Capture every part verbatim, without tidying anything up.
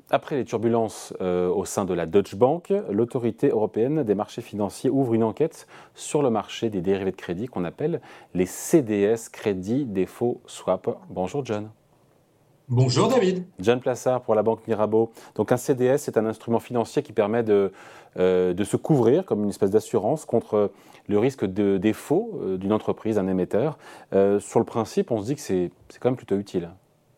après les turbulences euh, au sein de la Deutsche Bank, l'autorité européenne des marchés financiers ouvre une enquête sur le marché des dérivés de crédit qu'on appelle les C D S, Crédit Défaut Swap. Bonjour John. Bonjour David. John Plassard pour la Banque Mirabeau. Donc un C D S, c'est un instrument financier qui permet de, euh, de se couvrir comme une espèce d'assurance contre le risque de défaut euh, d'une entreprise, d'un émetteur. Euh, sur le principe, on se dit que c'est, c'est quand même plutôt utile.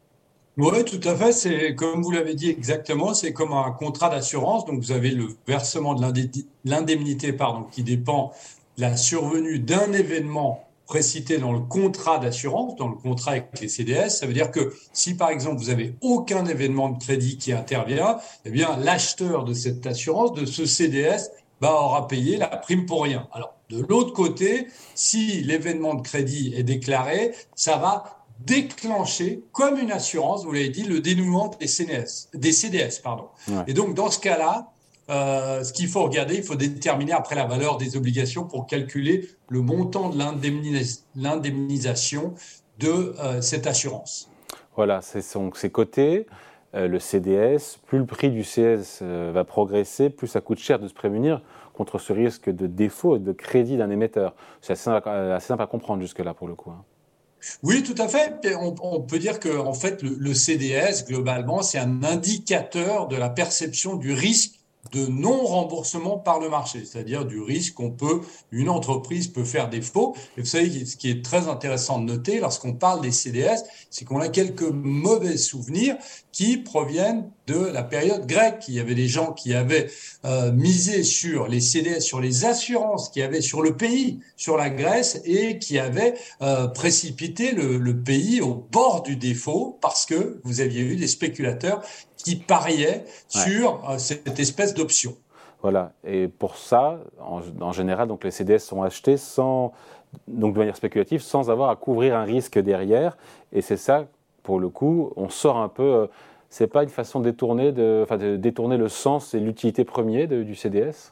Oui, tout à fait. C'est comme vous l'avez dit exactement, c'est comme un contrat d'assurance. Donc vous avez le versement de l'indé- l'indemnité, pardon, qui dépend de la survenue d'un événement précité dans le contrat d'assurance, dans le contrat avec les C D S. Ça veut dire que si par exemple vous avez aucun événement de crédit qui intervient, eh bien l'acheteur de cette assurance, de ce C D S, bah, aura payé la prime pour rien. Alors de l'autre côté, si l'événement de crédit est déclaré, ça va déclencher, comme une assurance, vous l'avez dit, le dénouement des C D S, des C D S, pardon. Ouais. Et donc, dans ce cas-là, euh, ce qu'il faut regarder, il faut déterminer après la valeur des obligations pour calculer le montant de l'indemnis- l'indemnisation de euh, cette assurance. Voilà, c'est, son, c'est coté. Euh, le C D S, plus le prix du C D S euh, va progresser, plus ça coûte cher de se prémunir contre ce risque de défaut et de crédit d'un émetteur. C'est assez simple, à, assez simple à comprendre jusque-là pour le coup. Hein. Oui, tout à fait. On, on peut dire que en fait, le, le C D S, globalement, c'est un indicateur de la perception du risque de non-remboursement par le marché, c'est-à-dire du risque qu'on peut, une entreprise peut faire défaut. Et vous savez, ce qui est très intéressant de noter lorsqu'on parle des C D S, c'est qu'on a quelques mauvais souvenirs qui proviennent de la période grecque. Il y avait des gens qui avaient euh, misé sur les C D S, sur les assurances qu'il y avait sur le pays, sur la Grèce, et qui avaient euh, précipité le, le pays au bord du défaut parce que vous aviez eu des spéculateurs qui pariaient Ouais. sur euh, cette espèce d'option. Voilà. Et pour ça, en, en général, donc les C D S sont achetés sans, donc de manière spéculative, sans avoir à couvrir un risque derrière. Et c'est ça, pour le coup, on sort un peu. Euh, c'est pas une façon détournée de, enfin, de détourner le sens et l'utilité première de, du C D S.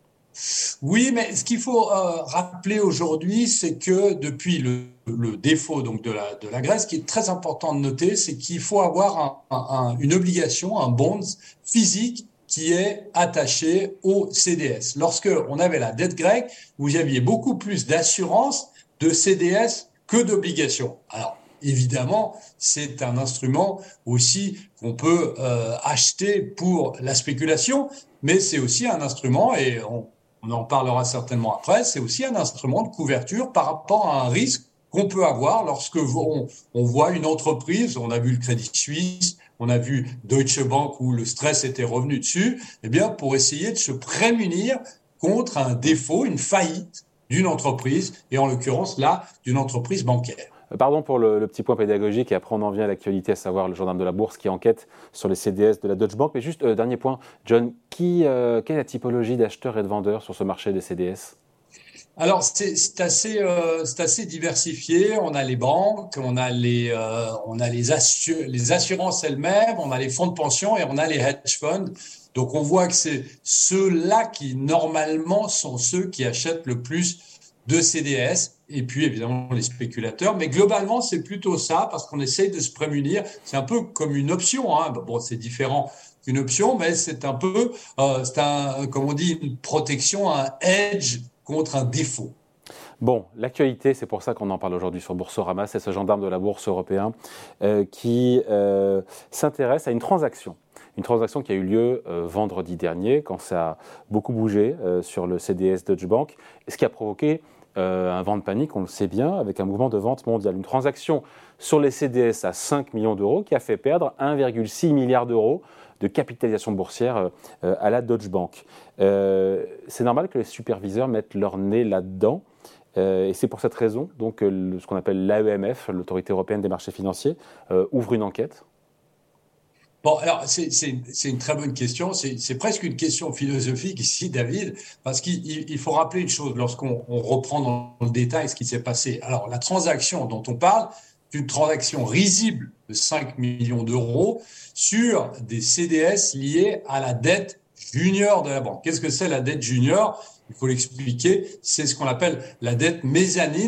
Oui, mais ce qu'il faut euh, rappeler aujourd'hui, c'est que depuis le, le défaut donc de la, de la Grèce, ce qui est très important de noter, c'est qu'il faut avoir un, un, un, une obligation, un bond physique qui est attaché au C D S. Lorsque on avait la dette grecque, vous aviez beaucoup plus d'assurance de C D S que d'obligations. Alors, évidemment, c'est un instrument aussi qu'on peut euh, acheter pour la spéculation, mais c'est aussi un instrument, et on, on en parlera certainement après, c'est aussi un instrument de couverture par rapport à un risque qu'on peut avoir lorsque on, on voit une entreprise, on a vu le Crédit Suisse, on a vu Deutsche Bank où le stress était revenu dessus, eh bien pour essayer de se prémunir contre un défaut, une faillite d'une entreprise, et en l'occurrence là, d'une entreprise bancaire. Pardon pour le, le petit point pédagogique, et après on en vient à l'actualité, à savoir le gendarme de la bourse qui enquête sur les C D S de la Deutsche Bank. Mais juste, euh, dernier point, John, qui, euh, quelle est la typologie d'acheteurs et de vendeurs sur ce marché des C D S ? Alors, c'est c'est assez, euh, c'est assez diversifié. On a les banques, on a les, euh, on a les, assu- les assurances elles-mêmes, on a les fonds de pension et on a les hedge funds. Donc, on voit que c'est ceux-là qui, normalement, sont ceux qui achètent le plus de C D S. Et puis, évidemment, les spéculateurs. Mais globalement, c'est plutôt ça parce qu'on essaye de se prémunir. C'est un peu comme une option, hein. Bon, c'est différent qu'une option, mais c'est un peu, euh, c'est un, comme on dit, une protection, un hedge contre un défaut. Bon, l'actualité, c'est pour ça qu'on en parle aujourd'hui sur Boursorama, c'est ce gendarme de la bourse européen euh, qui euh, s'intéresse à une transaction. Une transaction qui a eu lieu euh, vendredi dernier, quand ça a beaucoup bougé euh, sur le C D S Deutsche Bank, ce qui a provoqué euh, un vent de panique, on le sait bien, avec un mouvement de vente mondial. Une transaction sur les C D S à cinq millions d'euros qui a fait perdre un virgule six milliard d'euros de capitalisation boursière euh, à la Deutsche Bank. Euh, c'est normal que les superviseurs mettent leur nez là-dedans. Euh, et c'est pour cette raison donc, euh, ce qu'on appelle l'A E M F, l'Autorité européenne des marchés financiers, euh, ouvre une enquête. Bon, alors c'est c'est c'est une très bonne question. C'est c'est presque une question philosophique ici, David, parce qu'il il il faut rappeler une chose lorsqu'on on reprend dans le détail ce qui s'est passé. Alors la transaction dont on parle, c'est une transaction risible de cinq millions d'euros sur des C D S liés à la dette junior de la banque. Qu'est-ce que c'est la dette junior? Il faut l'expliquer. C'est ce qu'on appelle la dette mezzanine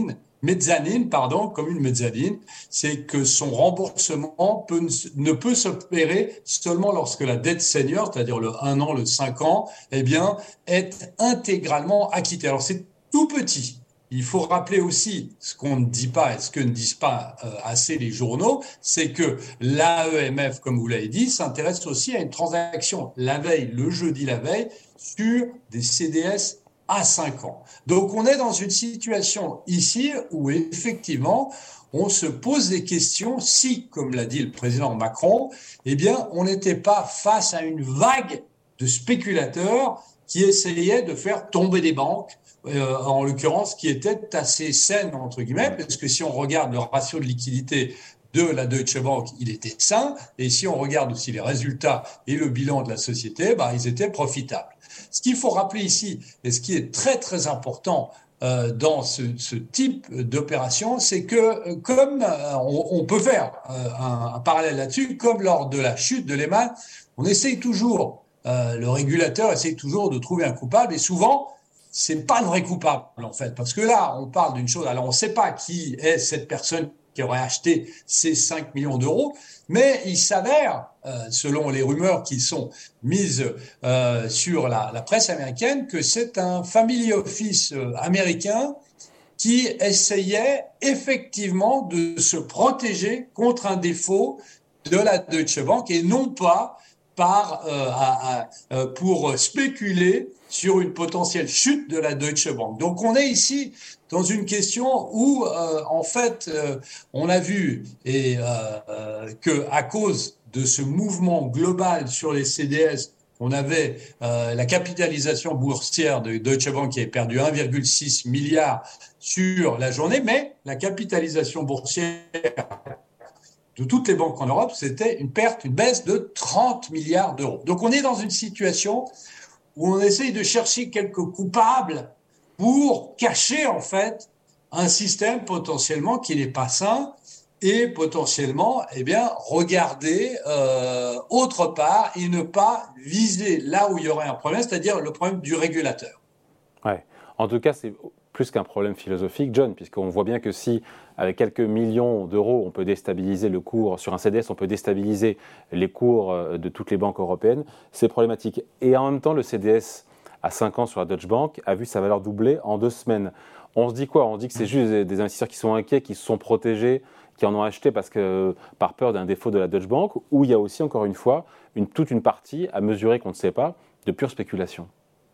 mezzanine, pardon, comme une mezzanine, c'est que son remboursement peut, ne peut s'opérer seulement lorsque la dette senior, c'est-à-dire le un an, le cinq ans, eh bien, est intégralement acquittée. Alors, c'est tout petit. Il faut rappeler aussi ce qu'on ne dit pas et ce que ne disent pas euh, assez les journaux, c'est que l'A E M F, comme vous l'avez dit, s'intéresse aussi à une transaction la veille, le jeudi la veille, sur des C D S à cinq ans. Donc on est dans une situation ici où effectivement on se pose des questions si, comme l'a dit le président Macron, eh bien on n'était pas face à une vague de spéculateurs qui essayaient de faire tomber des banques, euh, en l'occurrence qui étaient assez saines entre guillemets, parce que si on regarde le ratio de liquidité de la Deutsche Bank, il était sain, et si on regarde aussi les résultats et le bilan de la société, bah, ils étaient profitables. Ce qu'il faut rappeler ici, et ce qui est très très important euh, dans ce, ce type d'opération, c'est que comme euh, on, on peut faire euh, un, un parallèle là-dessus, comme lors de la chute de Lehman, on essaye toujours, euh, le régulateur essaye toujours de trouver un coupable, et souvent, c'est pas le vrai coupable en fait, parce que là, on parle d'une chose, alors on ne sait pas qui est cette personne qui aurait acheté ces cinq millions d'euros, mais il s'avère, euh, selon les rumeurs qui sont mises euh, sur la, la presse américaine, que c'est un family office euh, américain qui essayait effectivement de se protéger contre un défaut de la Deutsche Bank et non pas par, euh, à, à, pour spéculer sur une potentielle chute de la Deutsche Bank. Donc on est ici dans une question où, euh, en fait, euh, on a vu et, euh, euh, que à cause de ce mouvement global sur les C D S, on avait euh, la capitalisation boursière de Deutsche Bank qui avait perdu un virgule six milliard sur la journée, mais la capitalisation boursière de toutes les banques en Europe, c'était une perte, une baisse de trente milliards d'euros. Donc on est dans une situation où on essaye de chercher quelques coupables pour cacher en fait un système potentiellement qui n'est pas sain et potentiellement eh bien regarder euh, autre part et ne pas viser là où il y aurait un problème, c'est-à-dire le problème du régulateur. Ouais. En tout cas, c'est plus qu'un problème philosophique, John, puisqu'on voit bien que si, avec quelques millions d'euros, on peut déstabiliser le cours, sur un C D S, on peut déstabiliser les cours de toutes les banques européennes, c'est problématique. Et en même temps, le C D S à cinq ans sur la Deutsche Bank a vu sa valeur doubler en deux semaines. On se dit quoi? On dit que c'est juste des investisseurs qui sont inquiets, qui se sont protégés, qui en ont acheté parce que, par peur d'un défaut de la Deutsche Bank, ou il y a aussi, encore une fois, une, toute une partie, à mesurer qu'on ne sait pas, de pure spéculation?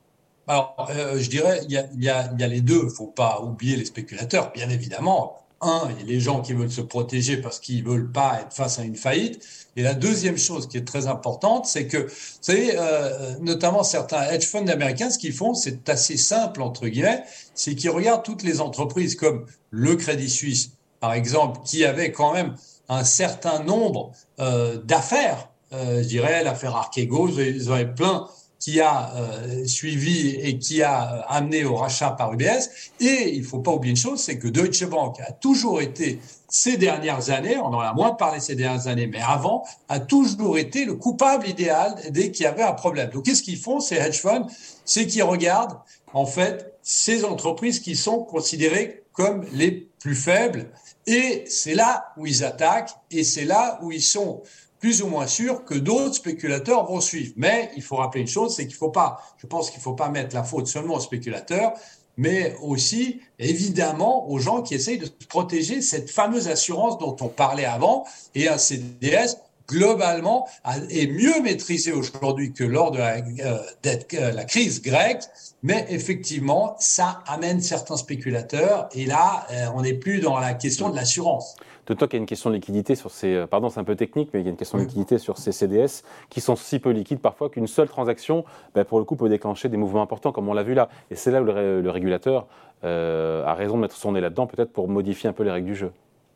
Alors, euh, je dirais, il y a, il y a, il y a les deux. Il ne faut pas oublier les spéculateurs, bien évidemment. Un, il y a les gens qui veulent se protéger parce qu'ils ne veulent pas être face à une faillite. Et la deuxième chose qui est très importante, c'est que, vous savez, euh, notamment certains hedge funds américains, ce qu'ils font, c'est assez simple, entre guillemets, c'est qu'ils regardent toutes les entreprises comme le Crédit Suisse, par exemple, qui avait quand même un certain nombre euh, d'affaires. Euh, je dirais, l'affaire Archegos, ils en avaient plein qui a euh, suivi et qui a euh, amené au rachat par U B S. Et il ne faut pas oublier une chose, c'est que Deutsche Bank a toujours été, ces dernières années, on en a moins parlé ces dernières années, mais avant, a toujours été le coupable idéal dès qu'il y avait un problème. Donc, qu'est-ce qu'ils font, ces hedge funds? C'est qu'ils regardent, en fait, ces entreprises qui sont considérées comme les plus faibles. Et c'est là où ils attaquent et c'est là où ils sont plus ou moins sûr que d'autres spéculateurs vont suivre. Mais il faut rappeler une chose, c'est qu'il faut pas, je pense qu'il faut pas mettre la faute seulement aux spéculateurs, mais aussi, évidemment, aux gens qui essayent de protéger cette fameuse assurance dont on parlait avant. Et un C D S, globalement, est mieux maîtrisé aujourd'hui que lors de la, euh, de la crise grecque. Mais effectivement, ça amène certains spéculateurs. Et là, euh, on n'est plus dans la question de l'assurance. D'autant qu'il y a une question de liquidité sur ces... Pardon, c'est un peu technique, mais il y a une question de liquidité sur ces C D S qui sont si peu liquides parfois qu'une seule transaction, ben, pour le coup, peut déclencher des mouvements importants, comme on l'a vu là. Et c'est là où le, le régulateur euh, a raison de mettre son nez là-dedans, peut-être pour modifier un peu les règles du jeu.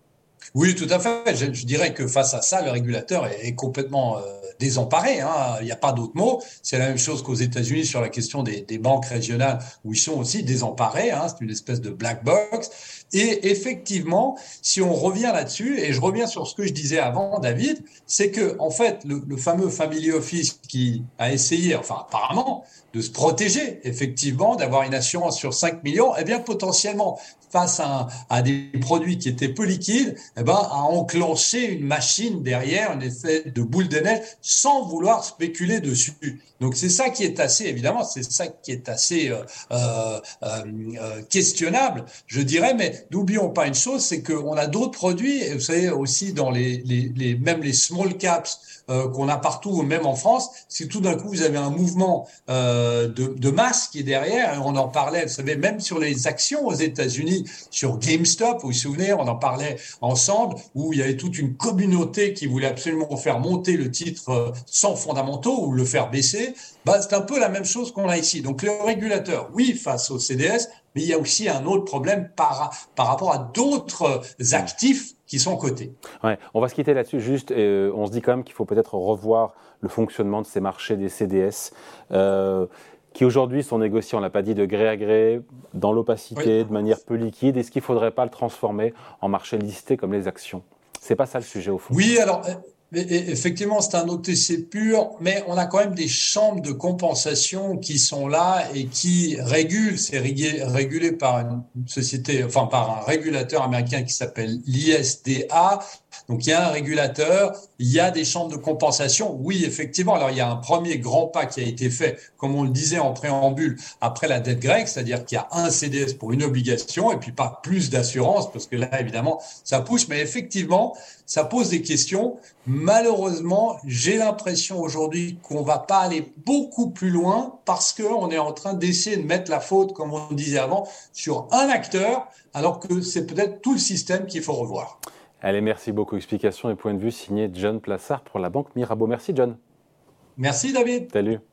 Oui, tout à fait. Je, je dirais que face à ça, le régulateur est, est complètement euh, désemparé, hein. Il n'y a pas d'autre mot. C'est la même chose qu'aux États-Unis sur la question des, des banques régionales, où ils sont aussi désemparés, hein. C'est une espèce de black box. Et effectivement, si on revient là-dessus, et je reviens sur ce que je disais avant, David, c'est que en fait, le, le fameux Family Office qui a essayé, enfin apparemment, de se protéger, effectivement, d'avoir une assurance sur cinq millions, eh bien potentiellement, face à, à des produits qui étaient peu liquides, eh ben, a enclenché une machine derrière, un effet de boule de neige, sans vouloir spéculer dessus. Donc c'est ça qui est assez, évidemment, c'est ça qui est assez euh, euh, euh, questionnable, je dirais. Mais n'oublions pas une chose, c'est qu'on a d'autres produits, et vous savez aussi dans les, les, les même les small caps euh, qu'on a partout, même en France, si tout d'un coup vous avez un mouvement euh, de, de masse qui est derrière, on en parlait, vous savez, même sur les actions aux États-Unis, sur GameStop, vous vous souvenez, on en parlait ensemble, où il y avait toute une communauté qui voulait absolument faire monter le titre euh, sans fondamentaux ou le faire baisser. Bah, c'est un peu la même chose qu'on a ici. Donc le régulateur, oui, face au C D S, mais il y a aussi un autre problème par, par rapport à d'autres actifs qui sont cotés. Ouais, on va se quitter là-dessus. Juste, euh, on se dit quand même qu'il faut peut-être revoir le fonctionnement de ces marchés des C D S, euh, qui aujourd'hui sont négociés, on ne l'a pas dit, de gré à gré, dans l'opacité, oui. de manière peu liquide. Est-ce qu'il ne faudrait pas le transformer en marché listé comme les actions? C'est pas ça le sujet au fond. Oui, alors effectivement, c'est un O T C pur, mais on a quand même des chambres de compensation qui sont là et qui régulent. C'est régulé par une société, enfin par un régulateur américain qui s'appelle l'I S D A. Donc il y a un régulateur, il y a des chambres de compensation. Oui, effectivement. Alors il y a un premier grand pas qui a été fait, comme on le disait en préambule, après la dette grecque, c'est-à-dire qu'il y a un C D S pour une obligation et puis pas plus d'assurance, parce que là évidemment ça pousse. Mais effectivement, ça pose des questions. Malheureusement, j'ai l'impression aujourd'hui qu'on va pas aller beaucoup plus loin parce qu'on est en train d'essayer de mettre la faute, comme on disait avant, sur un acteur, alors que c'est peut-être tout le système qu'il faut revoir. Allez, merci beaucoup. Explication et point de vue signé John Plassard pour la Banque Mirabeau. Merci John. Merci David. Salut.